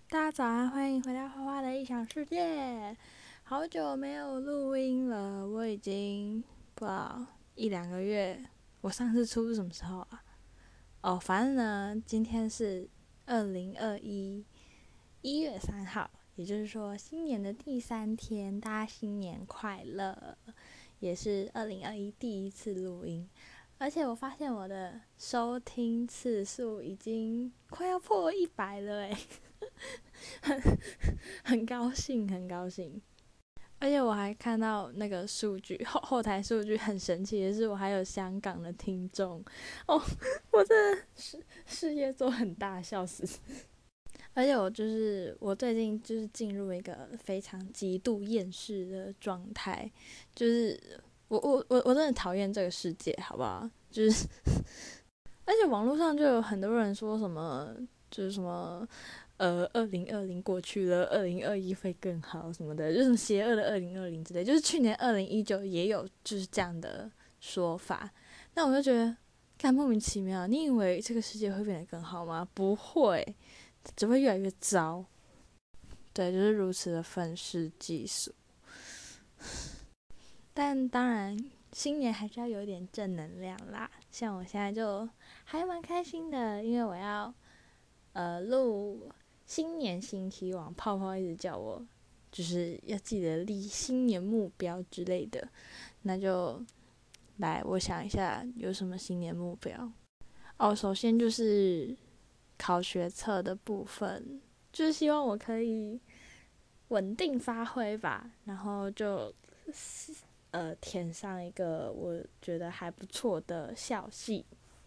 大家早安，欢迎回到花花的异想世界。好久没有录音了，我已经不知道1-2个月。我上次出是什么时候啊？反正呢，今天是2021 1月3号，也就是说新年的第3天，大家新年快乐！也是2021第一次录音，而且我发现我的收听次数已经快要破100了诶。很高兴，很高兴。而且我还看到那个数据，后台数据很神奇的是，我还有香港的听众哦，我真的事业做很大，笑死！而且我最近就是进入一个非常极度厌世的状态，就是我真的讨厌这个世界，好不好？就是而且网络上就有很多人说什么，就是什么2020过去了，2021会更好什么的，就是什么邪恶的2020之类，就是去年2019也有就是这样的说法。那我就觉得，干莫名其妙，你以为这个世界会变得更好吗？不会，只会越来越糟。对，就是如此的愤世嫉俗。但当然，新年还是要有点正能量啦。像我现在就还蛮开心的，因为我要录新年新希望，泡泡一直叫我就是要记得立新年目标之类的，那就来我想一下有什么新年目标。首先就是考学测的部分，就是希望我可以稳定发挥吧，然后就填上一个我觉得还不错的校系。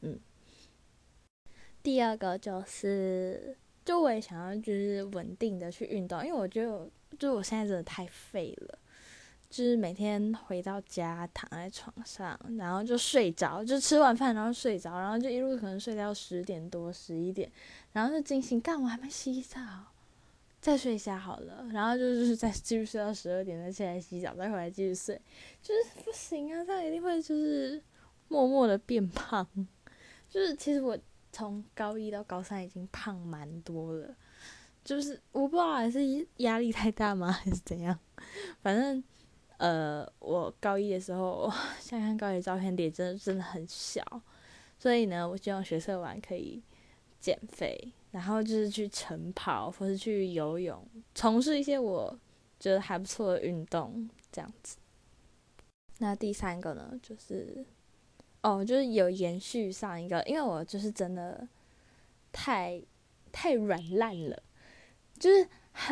第二个就我也想要就是稳定的去运动，因为我觉得就是我现在真的太废了，就是每天回到家躺在床上，然后就睡着，就吃完饭然后睡着，然后就一路可能睡到10点多11点，然后就惊醒，干我还没洗澡，再睡一下好了，然后就是再继续睡到12点，再起来洗澡，再回来继续睡，就是不行啊，这样一定会就是默默的变胖。就是其实我从高一到高三已经胖蛮多了，就是我不知道还是压力太大吗，还是怎样。反正我高一的时候，现在看高一的照片，脸真的很小，所以呢，我希望学测完可以减肥，然后就是去晨跑或是去游泳，从事一些我觉得还不错的运动，这样子。那第三个呢，就是有延续上一个，因为我就是真的太太软烂了，就是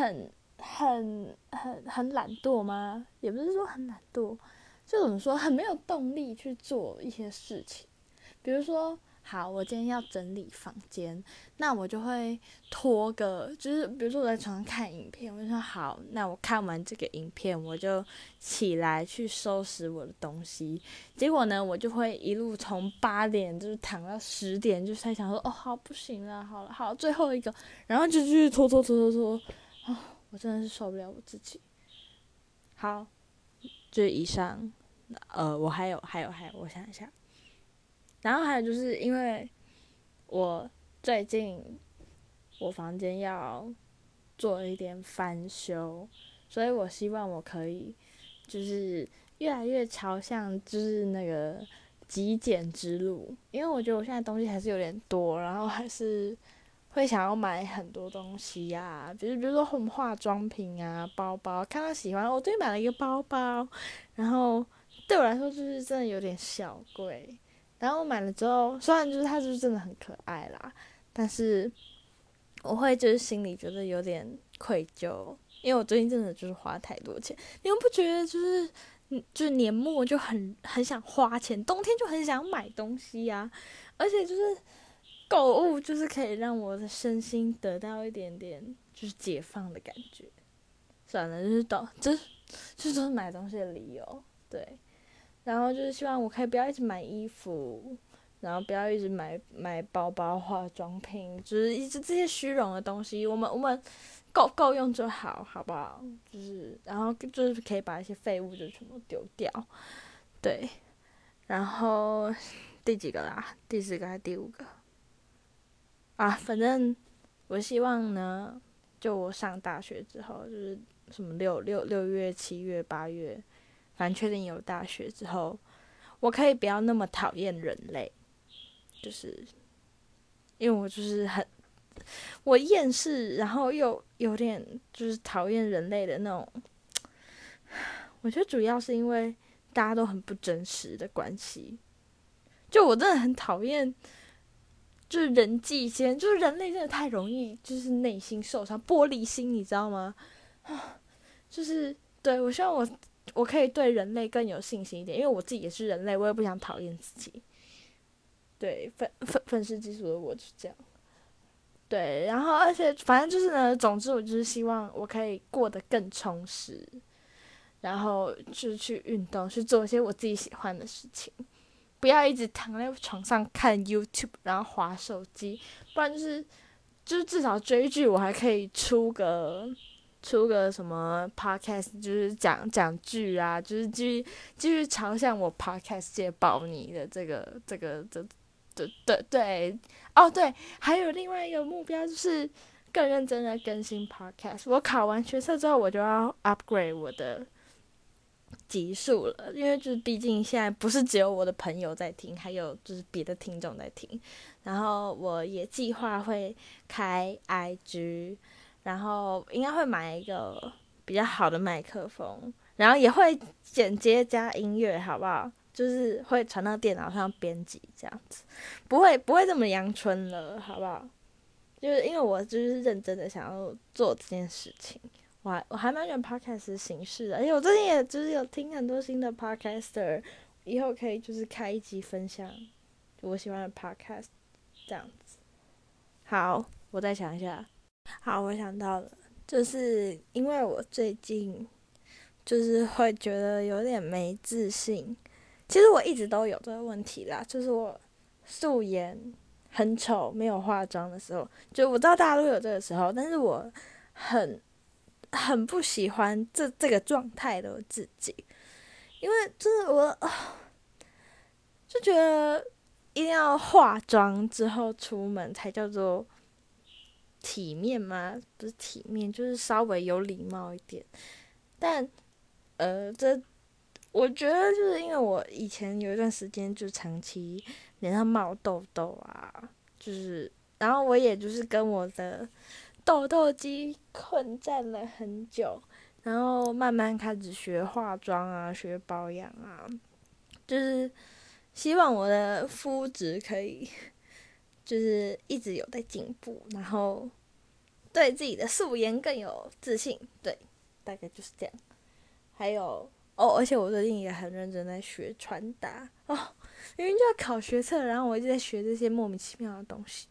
很懒惰吗？也不是说很懒惰，就怎么说，很没有动力去做一些事情。比如说，好，我今天要整理房间，那我就会拖个，就是比如说我在床上看影片，我就说好，那我看完这个影片，我就起来去收拾我的东西。结果呢，我就会一路从8点就是躺到10点，就在想说，好，不行了，好了，好，最后一个，然后就继续拖，我真的是受不了我自己。好，就是以上，我还有，我想一下。然后还有就是因为我最近我房间要做一点翻修，所以我希望我可以就是越来越朝向就是那个极简之路，因为我觉得我现在东西还是有点多，然后还是会想要买很多东西啊，比如说化妆品啊、包包，看到喜欢，我最近买了一个包包，然后对我来说就是真的有点小贵，然后我买了之后，虽然就是它就是真的很可爱啦，但是我会就是心里觉得有点愧疚，因为我最近真的就是花太多钱。你们不觉得就是年末就很想花钱，冬天就很想买东西呀、而且就是购物就是可以让我的身心得到一点点就是解放的感觉。算了，就是都是买东西的理由，对。然后就是希望我可以不要一直买衣服，然后不要一直买包包、化妆品，就是一直这些虚荣的东西，我们够用就好，好不好？就是然后就是可以把一些废物就全部丢掉，对。然后第几个啦？第4个还是第5个？反正我希望呢， 就我上大学之后，就是什么6月、7月、8月，反正确定有大学之后，我可以不要那么讨厌人类，就是因为我就是我厌世，然后又有点就是讨厌人类的那种。我觉得主要是因为大家都很不真实的关系，就我真的很讨厌，就是人际间，就是人类真的太容易就是内心受伤，玻璃心，你知道吗？就是对我希望我可以对人类更有信心一点，因为我自己也是人类，我也不想讨厌自己。对，愤世嫉俗的我就是这样。对，然后而且反正就是呢，总之我就是希望我可以过得更充实，然后就是去运动，去做一些我自己喜欢的事情，不要一直躺在床上看 YouTube，然后滑手机，不然就是至少追剧，我还可以出个什么 podcast，就是讲剧啊，就是继续朝向我 podcast 界保你的对哦对，还有另外一个目标就是更认真的更新 podcast。我考完学测之后，我就要 upgrade 我的集数了，因为就是毕竟现在不是只有我的朋友在听，还有就是别的听众在听。然后我也计划会开 IG，然后应该会买一个比较好的麦克风，然后也会剪接加音乐，好不好？就是会传到电脑上编辑这样子，不会这么阳春了，好不好？就是因为我就是认真的想要做这件事情。我还蛮喜欢 podcast 的形式的，而且我最近也就是有听很多新的 podcaster， 以后可以就是开一集分享我喜欢的 podcast 这样子。好，我再想一下。好，我想到了，就是因为我最近就是会觉得有点没自信。其实我一直都有这个问题啦，就是我素颜很丑，没有化妆的时候，就我知道大家都有这个时候，但是我很不喜欢这个状态的我自己，因为就是我就觉得一定要化妆之后出门才叫做体面吗？不是体面，就是稍微有礼貌一点。但这我觉得就是因为我以前有一段时间就长期脸上冒痘痘啊，就是然后我也就是跟我的痘痘肌困战了很久，然后慢慢开始学化妆啊，学保养啊，就是希望我的肤质可以就是一直有在进步，然后对自己的素颜更有自信，对，大概就是这样。还有哦，而且我最近也很认真在学穿搭哦，明明就要考学测，然后我一直在学这些莫名其妙的东西，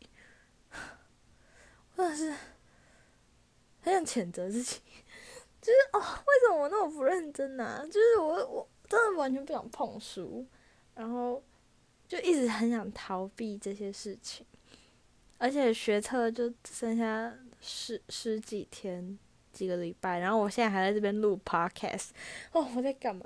真的是很想谴责自己。就是哦，为什么我那么不认真啊？就是我真的完全不想碰书，然后就一直很想逃避这些事情，而且学测就剩下十几天，几个礼拜，然后我现在还在这边录 podcast，哦，我在干嘛？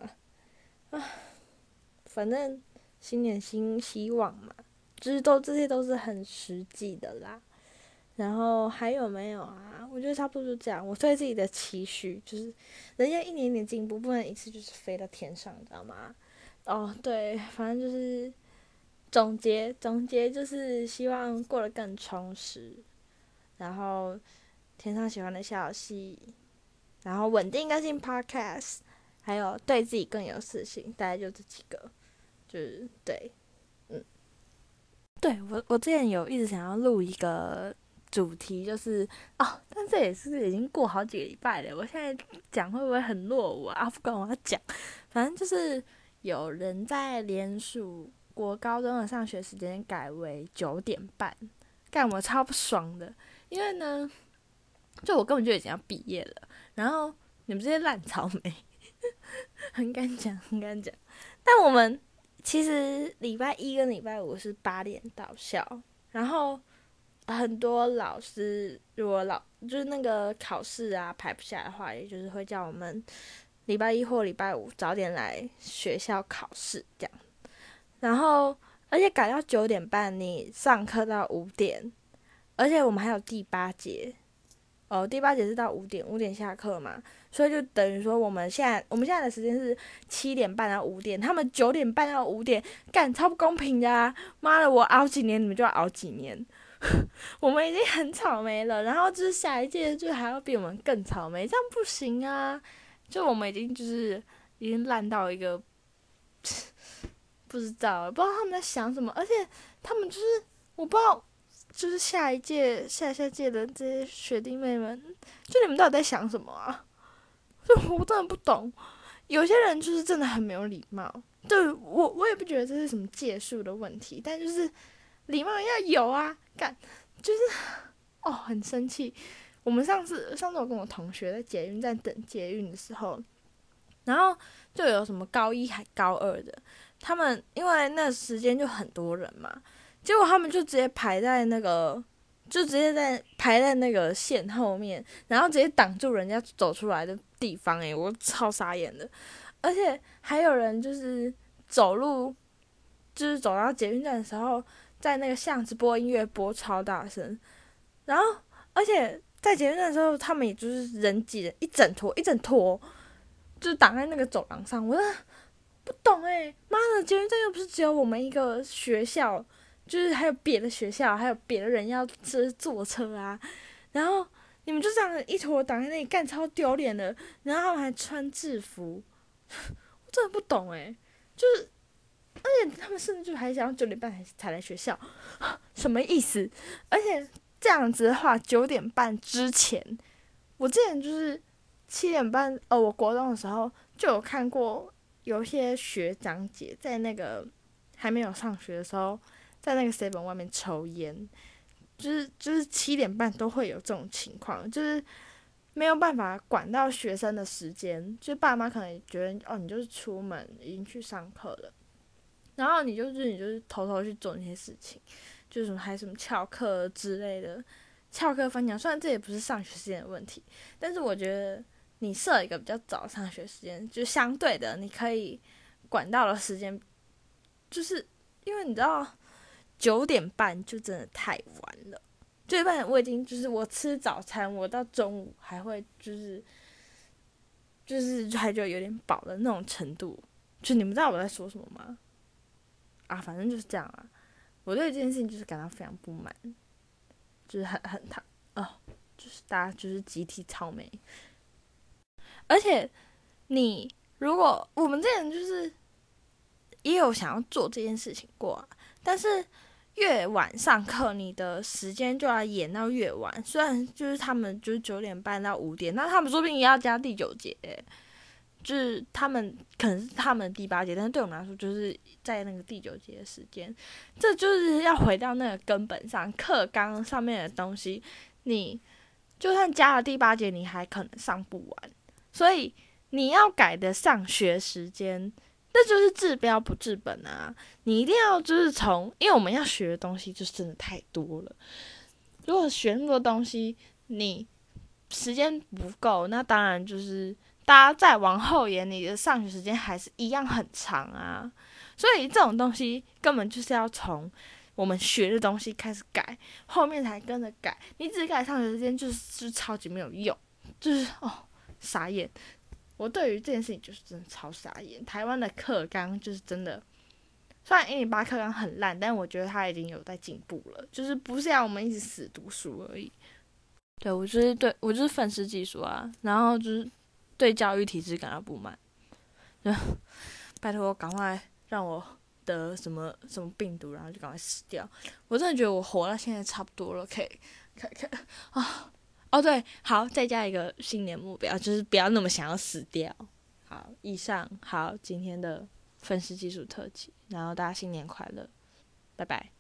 反正新年新希望嘛，就是这些都是很实际的啦。然后还有没有啊？我觉得差不多就这样。我对自己的期许就是，人家一年一年进步，不能一次就是飞到天上，你知道吗？哦，对，反正就是总结，就是希望过得更充实，然后填上喜欢的校系，然后稳定更新 podcast，还有对自己更有自信，大概就这几个，就是对，嗯。对，我之前有一直想要录一个主题，就是哦，但这也是已经过好几个礼拜了。我现在讲会不会很落伍啊？不管我要讲，反正就是有人在联署国高中的上学时间改为9点半，干我超不爽的。因为呢，就我根本就已经要毕业了，然后你们这些烂草莓，很敢讲，很敢讲。但我们其实礼拜一跟礼拜五是8点到校，然后很多老师如果就是那个考试啊排不下来的话，也就是会叫我们礼拜一或礼拜五早点来学校考试这样。然后而且改到9点半，你上课到5点，而且我们还有第8节， 第8节是到5点下课嘛，所以就等于说我们现在的时间是7点半到5点，他们9点半到5点，干超不公平的啊！妈的，我熬几年，你们就要熬几年。我们已经很草莓了，然后就是下一届就还要比我们更草莓，这样不行啊！就我们已经烂到一个不知道他们在想什么，而且他们我不知道，就是下一届、下届的这些学弟妹们，就你们到底在想什么啊？就我真的不懂。有些人就是真的很没有礼貌，对我也不觉得这是什么届数的问题，但就是礼貌要有啊，干就是很生气。我们上次我跟我同学在捷运站等捷运的时候，然后就有什么高一还高二的，他们因为那时间就很多人嘛，结果他们就直接排在那个，就直接排在那个线后面，然后直接挡住人家走出来的地方，我超傻眼的。而且还有人就是走路，就是走到捷运站的时候，在那个巷子播音乐，播超大声，然后而且在捷运站的时候，他们也就是人挤人一整坨，就是挡在那个走廊上，我真的不懂妈的，捷运站又不是只有我们一个学校，就是还有别的学校，还有别的人要坐车啊，然后你们就这样一坨挡在那里，干超丢脸的，然后他们还穿制服，我真的不懂就是而且他们甚至就还想要9点半才来学校，什么意思？而且这样子的话，9点半之前，我之前就是7点半，我国中的时候就有看过，有一些学长姐在那个还没有上学的时候，在那个 seven 外面抽烟，就是7点半都会有这种情况，就是没有办法管到学生的时间，就爸妈可能觉得你就是出门已经去上课了，然后你就是偷偷去做那些事情，就是还有什么翘课之类的，翘课翻墙。虽然这也不是上学时间的问题，但是我觉得你设一个比较早上学时间，就相对的你可以管到的时间，就是因为你知道9点半就真的太晚了。9点半我已经就是我吃早餐，我到中午还会就是还就有点饱的那种程度，就你们知道我在说什么吗？反正就是这样啊。我对这件事情就是感到非常不满，就是就是大家就是集体草莓。而且如果我们这人就是也有想要做这件事情过但是越晚上课，你的时间就要延到越晚。虽然就是他们就是9点半到5点，那他们说不定也要加第9节就是他们可能是他们第8节，但是对我们来说就是在那个第9节的时间，这就是要回到那个根本上，课纲上面的东西，你就算加了第8节，你还可能上不完，所以你要改的上学时间，那就是治标不治本啊！你一定要就是因为我们要学的东西就真的太多了，如果学那么多东西，你时间不够，那当然就是大家再往后延，你的上学时间还是一样很长啊。所以这种东西根本就是要从我们学的东西开始改，后面才跟着改。你只改上学时间，就是超级没有用，就是傻眼。我对于这件事情就是真的超傻眼。台湾的课纲就是真的，虽然108课纲很烂，但我觉得它已经有在进步了，就是不是要我们一直死读书而已。对我就是愤世嫉俗啊，然后就是对教育体制感到不满，就拜托赶快让我得什么什么病毒，然后就赶快死掉。我真的觉得我活到现在差不多了，可以对，好，再加一个新年目标，就是不要那么想要死掉。好，今天的愤世嫉俗特辑，然后大家新年快乐，拜拜。